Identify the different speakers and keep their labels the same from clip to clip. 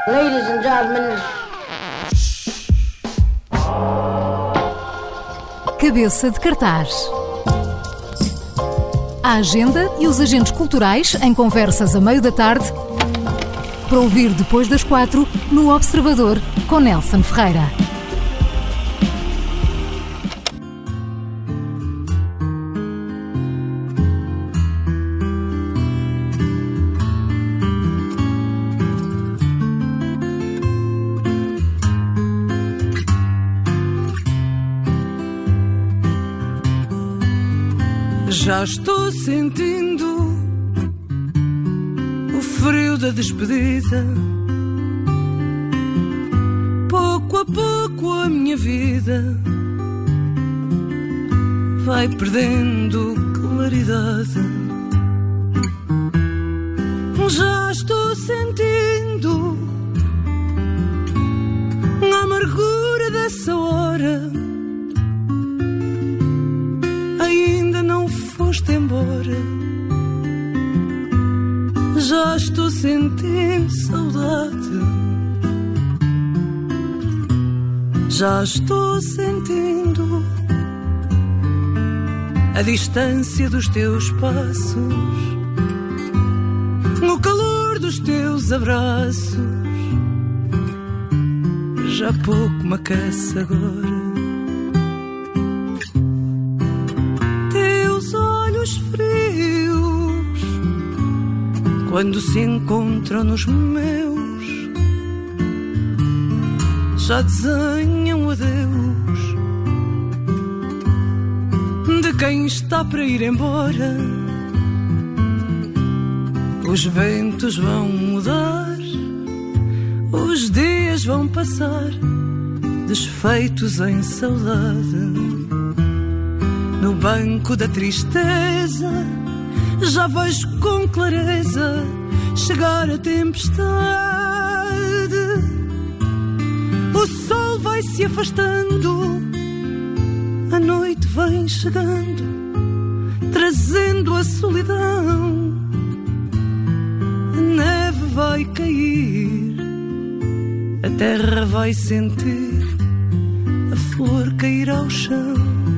Speaker 1: Ladies and gentlemen.
Speaker 2: Cabeça de cartaz. A agenda e os agentes culturais em conversas a meio da tarde, para ouvir depois das 4 no Observador com Nelson Ferreira.
Speaker 3: Já estou sentindo o frio da despedida. Pouco a pouco a minha vida vai perdendo claridade. Já estou sentindo a amargura dessa hora. Ainda não foste embora. Já estou sentindo saudade. Já estou sentindo a distância dos teus passos, o calor dos teus abraços. Já pouco me aquece agora. Quando se encontram nos meus, já desenham adeus de quem está para ir embora. Os ventos vão mudar, os dias vão passar, desfeitos em saudade. No banco da tristeza já vejo com clareza chegar a tempestade. O sol vai se afastando, a noite vem chegando, trazendo a solidão. A neve vai cair, a terra vai sentir a flor cair ao chão.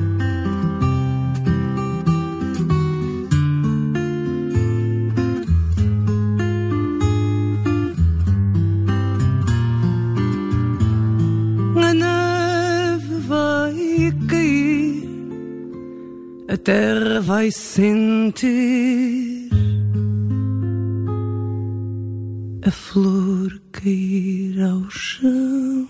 Speaker 3: A terra vai sentir a flor cair ao chão.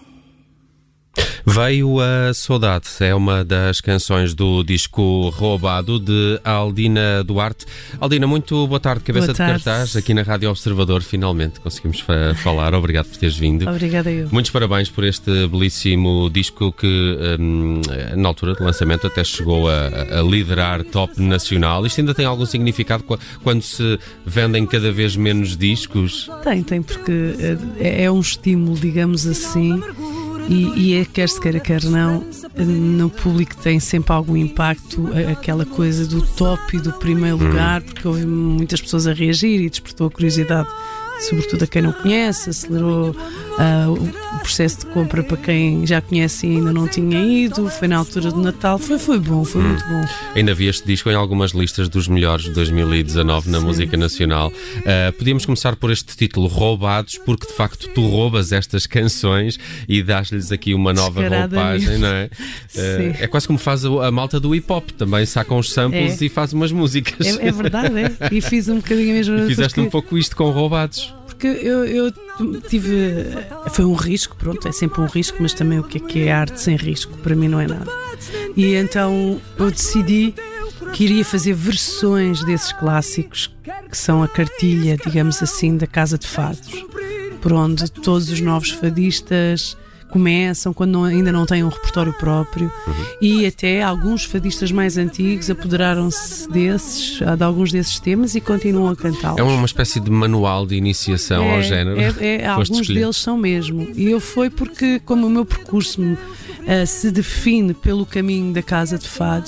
Speaker 4: Veio a Saudade, é uma das canções do disco Roubado, de Aldina Duarte. Aldina, muito boa tarde, cabeça de cartaz, aqui na Rádio Observador. Finalmente conseguimos falar, obrigado por teres vindo.
Speaker 3: Obrigada eu.
Speaker 4: Muitos parabéns por este belíssimo disco que, na altura do lançamento, até chegou a liderar top nacional. Isto ainda tem algum significado quando se vendem cada vez menos discos?
Speaker 3: Tem, porque é um estímulo, digamos assim. E quer se queira, quer não, no público tem sempre algum impacto aquela coisa do top e do primeiro lugar, porque houve muitas pessoas a reagir e despertou a curiosidade, sobretudo a quem não conhece, acelerou o processo de compra para quem já conhece e ainda não tinha ido. Foi na altura do Natal, foi bom, foi muito bom.
Speaker 4: Ainda vi este disco em algumas listas dos melhores de 2019 na música nacional. Podíamos começar por este título, Roubados, porque de facto tu roubas estas canções e dás-lhes aqui uma nova roupagem, não é? É quase como faz a malta do hip-hop, também sacam os samples e faz umas músicas.
Speaker 3: É verdade, e fiz um bocadinho mesmo.
Speaker 4: E fizeste um pouco isto com Roubados.
Speaker 3: Porque eu tive... Foi um risco, pronto, é sempre um risco, mas também o que é arte sem risco? Para mim não é nada. E então eu decidi que iria fazer versões desses clássicos, que são a cartilha, digamos assim, da Casa de Fados, por onde todos os novos fadistas começam quando ainda não têm um repertório próprio, e até alguns fadistas mais antigos apoderaram-se de alguns desses temas e continuam a cantá-los.
Speaker 4: É uma espécie de manual de iniciação ao género.
Speaker 3: Alguns deles são mesmo. E eu fui porque, como o meu percurso se define pelo caminho da Casa de Fados,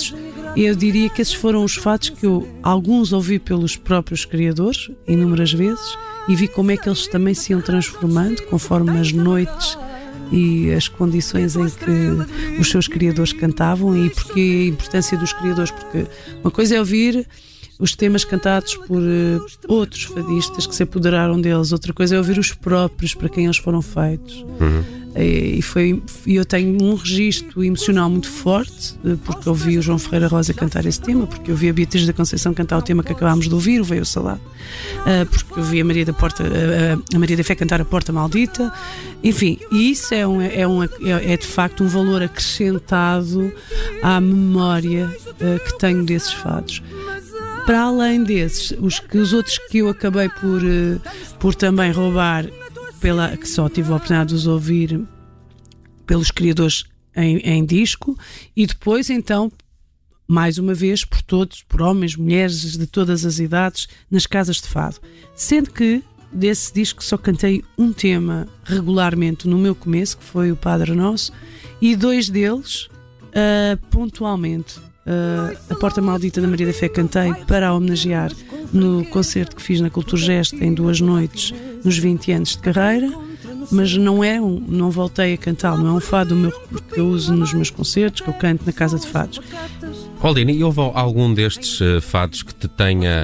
Speaker 3: Eu diria que esses foram os fados que eu, alguns ouvi pelos próprios criadores, inúmeras vezes, e vi como é que eles também se iam transformando conforme as noites e as condições em que os seus criadores cantavam, e porque a importância dos criadores, porque uma coisa é ouvir os temas cantados por outros fadistas que se apoderaram deles, outra coisa é ouvir os próprios para quem eles foram feitos. E eu tenho um registro emocional muito forte, porque ouvi o João Ferreira Rosa cantar esse tema, porque eu vi a Beatriz da Conceição cantar o tema que acabámos de ouvir, o Veio o Salado, porque eu vi a Maria da Fé cantar a Porta Maldita. Enfim, e isso é de facto um valor acrescentado à memória que tenho desses fados. Para além desses, os outros que eu acabei por também roubar, que só tive a oportunidade de os ouvir pelos criadores em disco, e depois então, mais uma vez, por todos, por homens, mulheres de todas as idades, nas casas de fado. Sendo que desse disco só cantei um tema regularmente no meu começo, que foi o Padre Nosso, e 2 deles pontualmente. A Porta Maldita da Maria da Fé cantei para a homenagear no concerto que fiz na Culturgest em 2 noites nos 20 anos de carreira, mas não voltei a cantar, não é um fado que eu uso nos meus concertos, que eu canto na Casa de Fados.
Speaker 4: Oldine, e houve algum destes fados que te tenha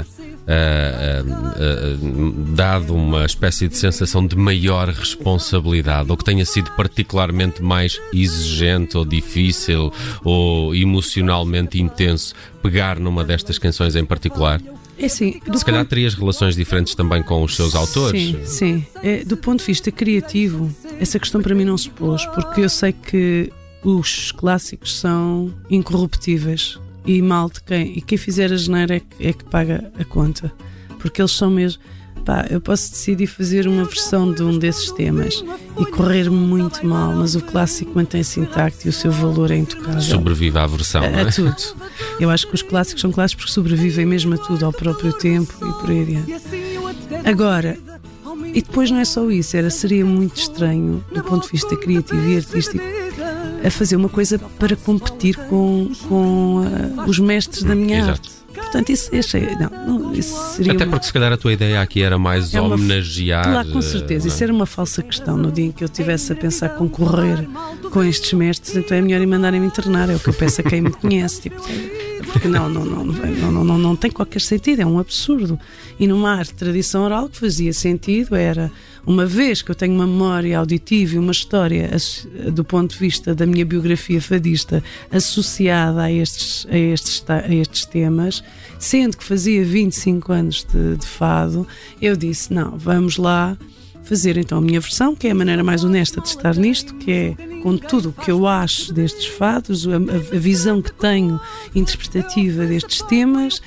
Speaker 4: dado uma espécie de sensação de maior responsabilidade, ou que tenha sido particularmente mais exigente ou difícil ou emocionalmente intenso pegar numa destas canções em particular?
Speaker 3: É assim,
Speaker 4: se calhar terias relações diferentes também com os seus autores.
Speaker 3: Sim. Do ponto de vista criativo, essa questão para mim não se pôs, porque eu sei que os clássicos são incorruptíveis. E quem fizer a geneira é que paga a conta, porque eles são mesmo. Eu posso decidir fazer uma versão de um desses temas e correr muito mal, mas o clássico mantém-se intacto e o seu valor é intocável.
Speaker 4: Sobrevive à versão, não é?
Speaker 3: A tudo. Eu acho que os clássicos são clássicos porque sobrevivem mesmo a tudo, ao próprio tempo e por aí adiante. Agora, e depois não é só isso, seria muito estranho do ponto de vista criativo e artístico a fazer uma coisa para competir com os mestres da minha arte. Portanto, isso seria.
Speaker 4: Até porque se calhar a tua ideia aqui era mais homenagear.
Speaker 3: Claro, com certeza. Isso era uma falsa questão. No dia em que eu estivesse a pensar concorrer com estes mestres, então é melhor mandarem-me internar. É o que eu peço a quem me conhece. Porque não tem qualquer sentido. É um absurdo. E numa arte de tradição oral, que fazia sentido era, uma vez que eu tenho uma memória auditiva e uma história do ponto de vista da minha biografia fadista associada a estes temas, sendo que fazia 25 anos de fado, eu disse, não, vamos lá fazer então a minha versão, que é a maneira mais honesta de estar nisto, que é com tudo o que eu acho destes fados, a visão que tenho interpretativa destes temas,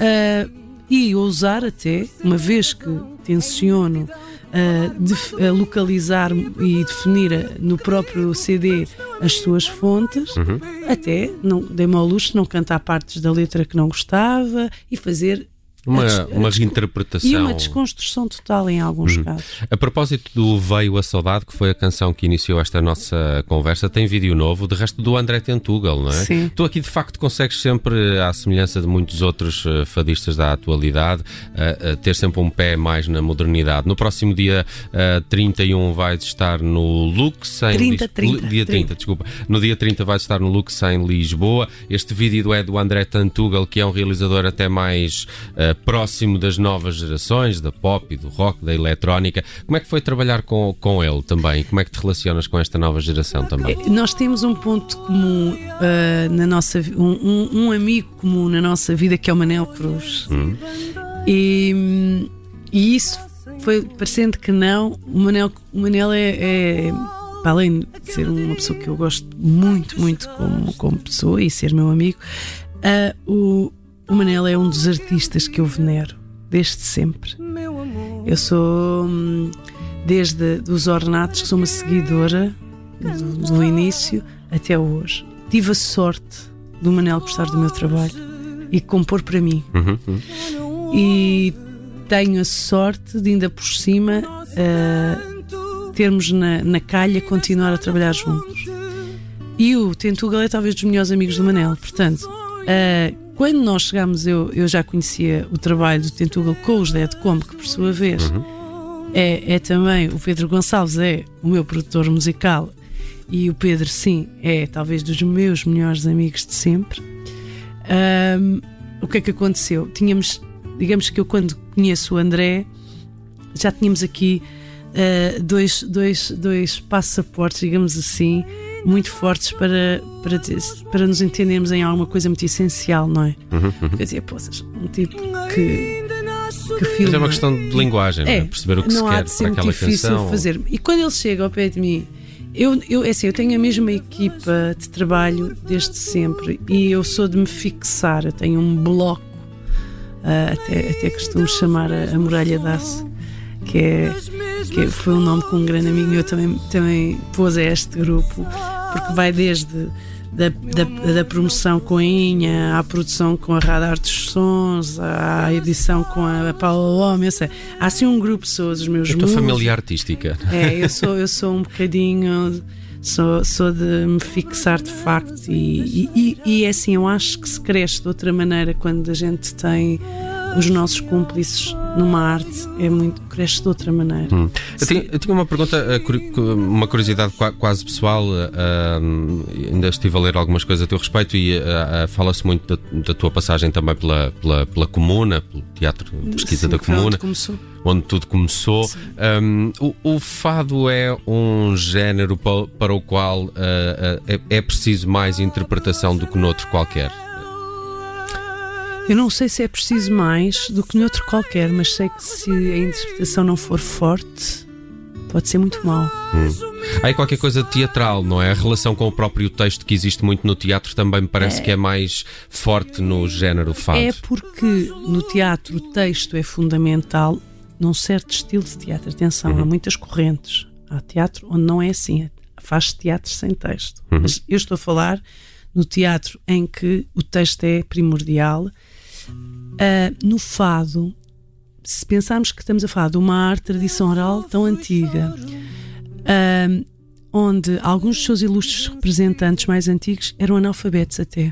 Speaker 3: e ousar até, uma vez que tenciono localizar e definir no próprio CD as suas fontes, até dei-me ao luxo de não cantar partes da letra que não gostava e fazer uma reinterpretação e uma desconstrução total em alguns casos.
Speaker 4: A propósito do Veio a Saudade, que foi a canção que iniciou esta nossa conversa, tem vídeo novo, de resto do André Tentugal, não é?
Speaker 3: Sim.
Speaker 4: Tu aqui de facto consegues sempre, à semelhança de muitos outros fadistas da atualidade, ter sempre um pé mais na modernidade. No próximo dia 31 vais estar no Lux No dia 30 vais estar no Lux em Lisboa. Este vídeo é do André Tentugal, que é um realizador até mais próximo das novas gerações, da pop e do rock, da eletrónica. Como é que foi trabalhar com ele também? Como é que te relacionas com esta nova geração também?
Speaker 3: Nós temos um ponto comum na nossa um amigo comum na nossa vida, que é o Manel Cruz. E isso foi parecendo que não. O Manel é para além de ser uma pessoa que eu gosto muito, muito como pessoa e ser meu amigo, o Manel é um dos artistas que eu venero desde sempre. Eu sou, desde os Ornatos, que sou uma seguidora do início até hoje. Tive a sorte do Manel gostar do meu trabalho e compor para mim. E tenho a sorte de, ainda por cima, termos na calha continuar a trabalhar juntos. E o Tentugal é talvez dos melhores amigos do Manel. Portanto, Quando nós chegámos, eu já conhecia o trabalho do Tentugal com os Dead Combo, que por sua vez é também, o Pedro Gonçalves é o meu produtor musical, e o Pedro, sim, é talvez dos meus melhores amigos de sempre. O que é que aconteceu? Digamos que eu, quando conheço o André, já tínhamos aqui dois passaportes, digamos assim, muito fortes para nos entendermos em alguma coisa muito essencial, não é? Quer dizer, poças, um tipo que filma.
Speaker 4: Mas é uma questão de linguagem, não é? Perceber o que se quer para aquela canção.
Speaker 3: Fazer. E quando ele chega ao pé de mim, eu tenho a mesma equipa de trabalho desde sempre, e eu sou de me fixar. Eu tenho um bloco, até costumo chamar a Muralha de Aço, que foi um nome que um grande amigo meu também pôs a este grupo, porque vai desde da promoção com a Inha, à produção com a Radar dos Sons, à edição com a Paula Lome. Há assim um grupo de pessoas, os meus músicos.
Speaker 4: A tua família artística.
Speaker 3: Eu sou um bocadinho, sou de me fixar de facto, e é assim, eu acho que se cresce de outra maneira quando a gente tem os nossos cúmplices numa arte, cresce de outra maneira.
Speaker 4: Eu tinha uma pergunta, uma curiosidade quase pessoal. Ainda estive a ler algumas coisas a teu respeito, e fala-se muito da tua passagem também pela Comuna, pelo Teatro de Pesquisa da Comuna, onde tudo começou. O fado é um género para o qual é preciso mais interpretação do que noutro qualquer.
Speaker 3: Eu não sei se é preciso mais do que noutro qualquer, mas sei que se a interpretação não for forte, pode ser muito mau.
Speaker 4: Há aí qualquer coisa teatral, não é? A relação com o próprio texto, que existe muito no teatro, também me parece que é mais forte no género fado. É
Speaker 3: porque no teatro o texto é fundamental num certo estilo de teatro. Atenção, há muitas correntes. Há teatro onde não é assim, faz-se teatro sem texto. Mas eu estou a falar no teatro em que o texto é primordial. No fado, se pensarmos que estamos a falar de uma arte, tradição oral tão antiga, onde alguns dos seus ilustres representantes mais antigos eram analfabetos até,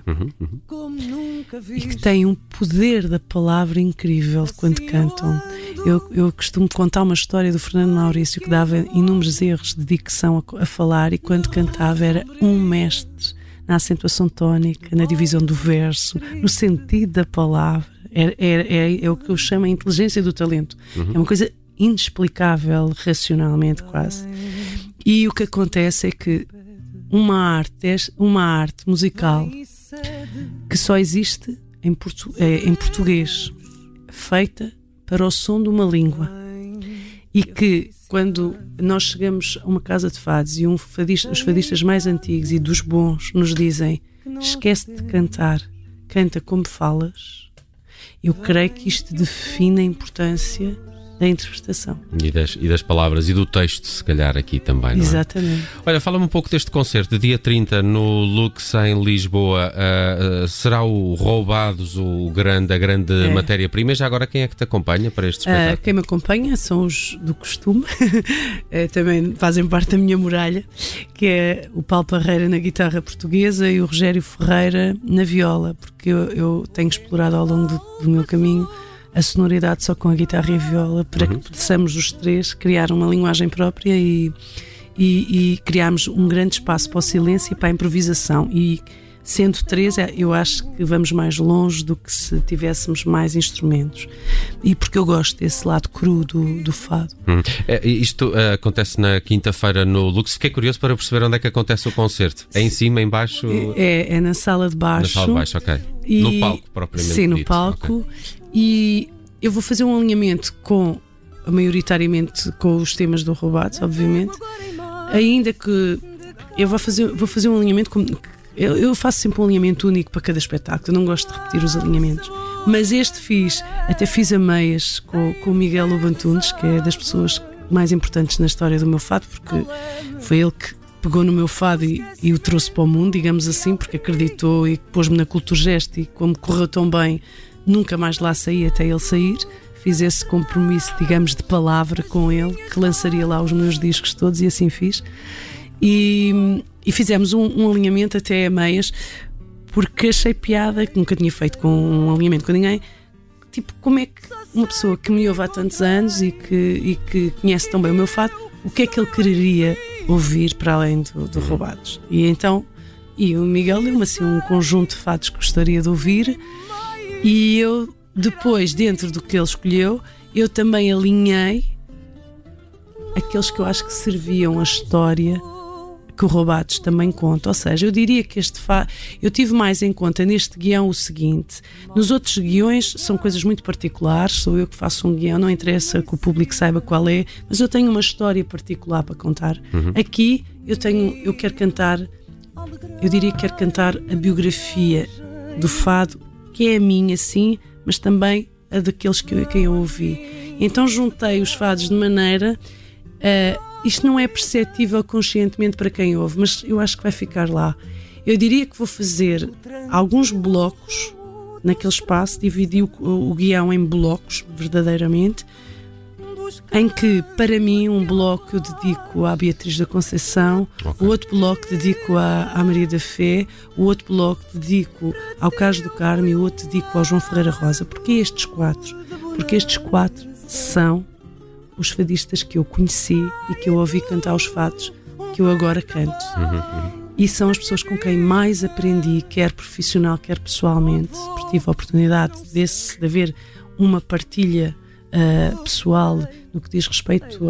Speaker 3: e que têm um poder da palavra incrível quando cantam. Eu costumo contar uma história do Fernando Maurício, que dava inúmeros erros de dicção a falar, e quando cantava era um mestre na acentuação tónica, na divisão do verso, no sentido da palavra. É o que eu chamo a inteligência do talento. É uma coisa inexplicável, racionalmente quase. E o que acontece é que uma arte musical que só existe em português, feita para o som de uma língua, e que quando nós chegamos a uma casa de fados e os fadistas mais antigos e dos bons nos dizem: esquece de cantar, canta como falas, eu creio que isto define a importância da interpretação.
Speaker 4: E das palavras e do texto, se calhar, aqui também, não é?
Speaker 3: Exatamente.
Speaker 4: Olha, fala-me um pouco deste concerto, dia 30, no Lux, em Lisboa. Será o Roubados a grande matéria-prima? E já agora, quem é que te acompanha para este espetáculo?
Speaker 3: Quem me acompanha são os do costume, também fazem parte da minha muralha, que é o Paulo Parreira na guitarra portuguesa e o Rogério Ferreira na viola, porque eu tenho explorado ao longo do meu caminho a sonoridade só com a guitarra e a viola, para que possamos os três criar uma linguagem própria e criarmos um grande espaço para o silêncio e para a improvisação. E sendo três, eu acho que vamos mais longe do que se tivéssemos mais instrumentos. E porque eu gosto desse lado cru do fado.
Speaker 4: Isto acontece na quinta-feira no Lux. Fiquei curioso para perceber onde é que acontece o concerto. É em cima, em baixo?
Speaker 3: É na sala de baixo.
Speaker 4: Na sala de baixo, ok. No palco, propriamente.
Speaker 3: Sim, no palco. Okay. E eu vou fazer um alinhamento maioritariamente com os temas do Roubados, obviamente. Ainda que eu vou fazer um alinhamento eu faço sempre um alinhamento único para cada espetáculo. Eu não gosto de repetir os alinhamentos, mas até fiz a meias com o Miguel Lobantunes, que é das pessoas mais importantes na história do meu fado, porque foi ele que pegou no meu fado e o trouxe para o mundo, digamos assim, porque acreditou e pôs-me na Culturgest, e como correu tão bem, nunca mais lá saí até ele sair. Fiz esse compromisso, digamos, de palavra com ele, que lançaria lá os meus discos todos, e assim fiz. E fizemos um alinhamento até a meias, porque achei piada, que nunca tinha feito com um alinhamento com ninguém. Tipo, como é que uma pessoa que me ouve há tantos anos e que conhece tão bem o meu fado, o que é que ele quereria ouvir para além do Roubados? E então, o Miguel deu-me assim um conjunto de fados que gostaria de ouvir, e eu depois, dentro do que ele escolheu, eu também alinhei aqueles que eu acho que serviam a história que o Roubados também conta. Ou seja, eu diria que eu tive mais em conta neste guião o seguinte: nos outros guiões são coisas muito particulares, sou eu que faço um guião, não interessa que o público saiba qual é, mas eu tenho uma história particular para contar. Aqui eu quero cantar, eu diria que quero cantar a biografia do fado, que é a minha, sim, mas também a daqueles quem eu ouvi. Então juntei os fados de maneira... isto não é perceptível conscientemente para quem ouve, mas eu acho que vai ficar lá. Eu diria que vou fazer alguns blocos naquele espaço, dividi o guião em blocos, verdadeiramente, em que, para mim, um bloco eu dedico à Beatriz da Conceição, o outro bloco dedico à Maria da Fé, o outro bloco dedico ao Carlos do Carmo e o outro dedico ao João Ferreira Rosa. Porquê estes quatro? Porque estes quatro são os fadistas que eu conheci e que eu ouvi cantar os fados que eu agora canto. E são as pessoas com quem mais aprendi, quer profissional, quer pessoalmente, porque tive a oportunidade de haver uma partilha pessoal no que diz respeito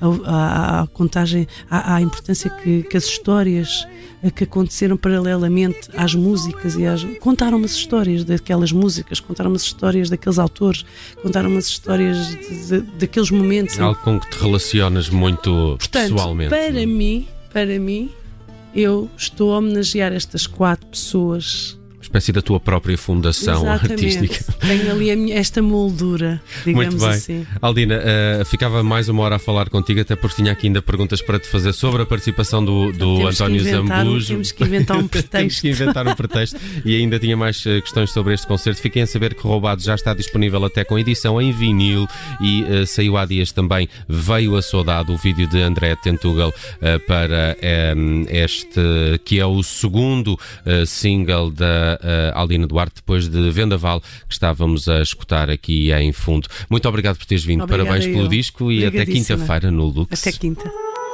Speaker 3: à contagem, à importância que as histórias que aconteceram paralelamente às músicas contaram umas histórias daquelas músicas, contaram umas histórias daqueles autores, contaram umas histórias daqueles momentos.
Speaker 4: Algo com que te relacionas muito.
Speaker 3: Portanto,
Speaker 4: pessoalmente.
Speaker 3: Para mim, eu estou a homenagear estas 4 pessoas.
Speaker 4: Espécie da tua própria fundação artística.
Speaker 3: Tenho ali esta moldura, digamos
Speaker 4: Muito bem.
Speaker 3: assim.
Speaker 4: Aldina, ficava mais uma hora a falar contigo, até porque tinha aqui ainda perguntas para te fazer sobre a participação do António Zambujo.
Speaker 3: Temos que inventar um pretexto.
Speaker 4: Temos que inventar um pretexto. E ainda tinha mais questões sobre este concerto. Fiquem a saber que Roubados já está disponível até com edição em vinil e saiu há dias também Veio a Saudade, o vídeo de André Tentugal para este, que é o segundo single da Aldina Duarte, depois de Vendaval, que estávamos a escutar aqui em fundo. Muito obrigado por teres vindo.
Speaker 3: Obrigada.
Speaker 4: Parabéns pelo disco e até quinta-feira no Lux.
Speaker 3: Até quinta.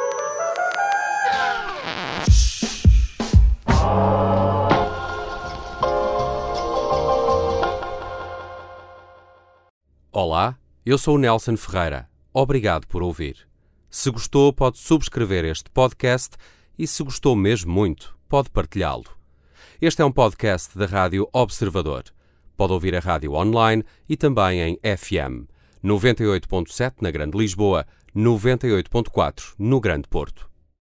Speaker 1: Olá, eu sou o Nelson Ferreira. Obrigado por ouvir. Se gostou, pode subscrever este podcast e, se gostou mesmo muito, pode partilhá-lo. Este é um podcast da Rádio Observador. Pode ouvir a rádio online e também em FM 98.7 na Grande Lisboa, 98.4 no Grande Porto.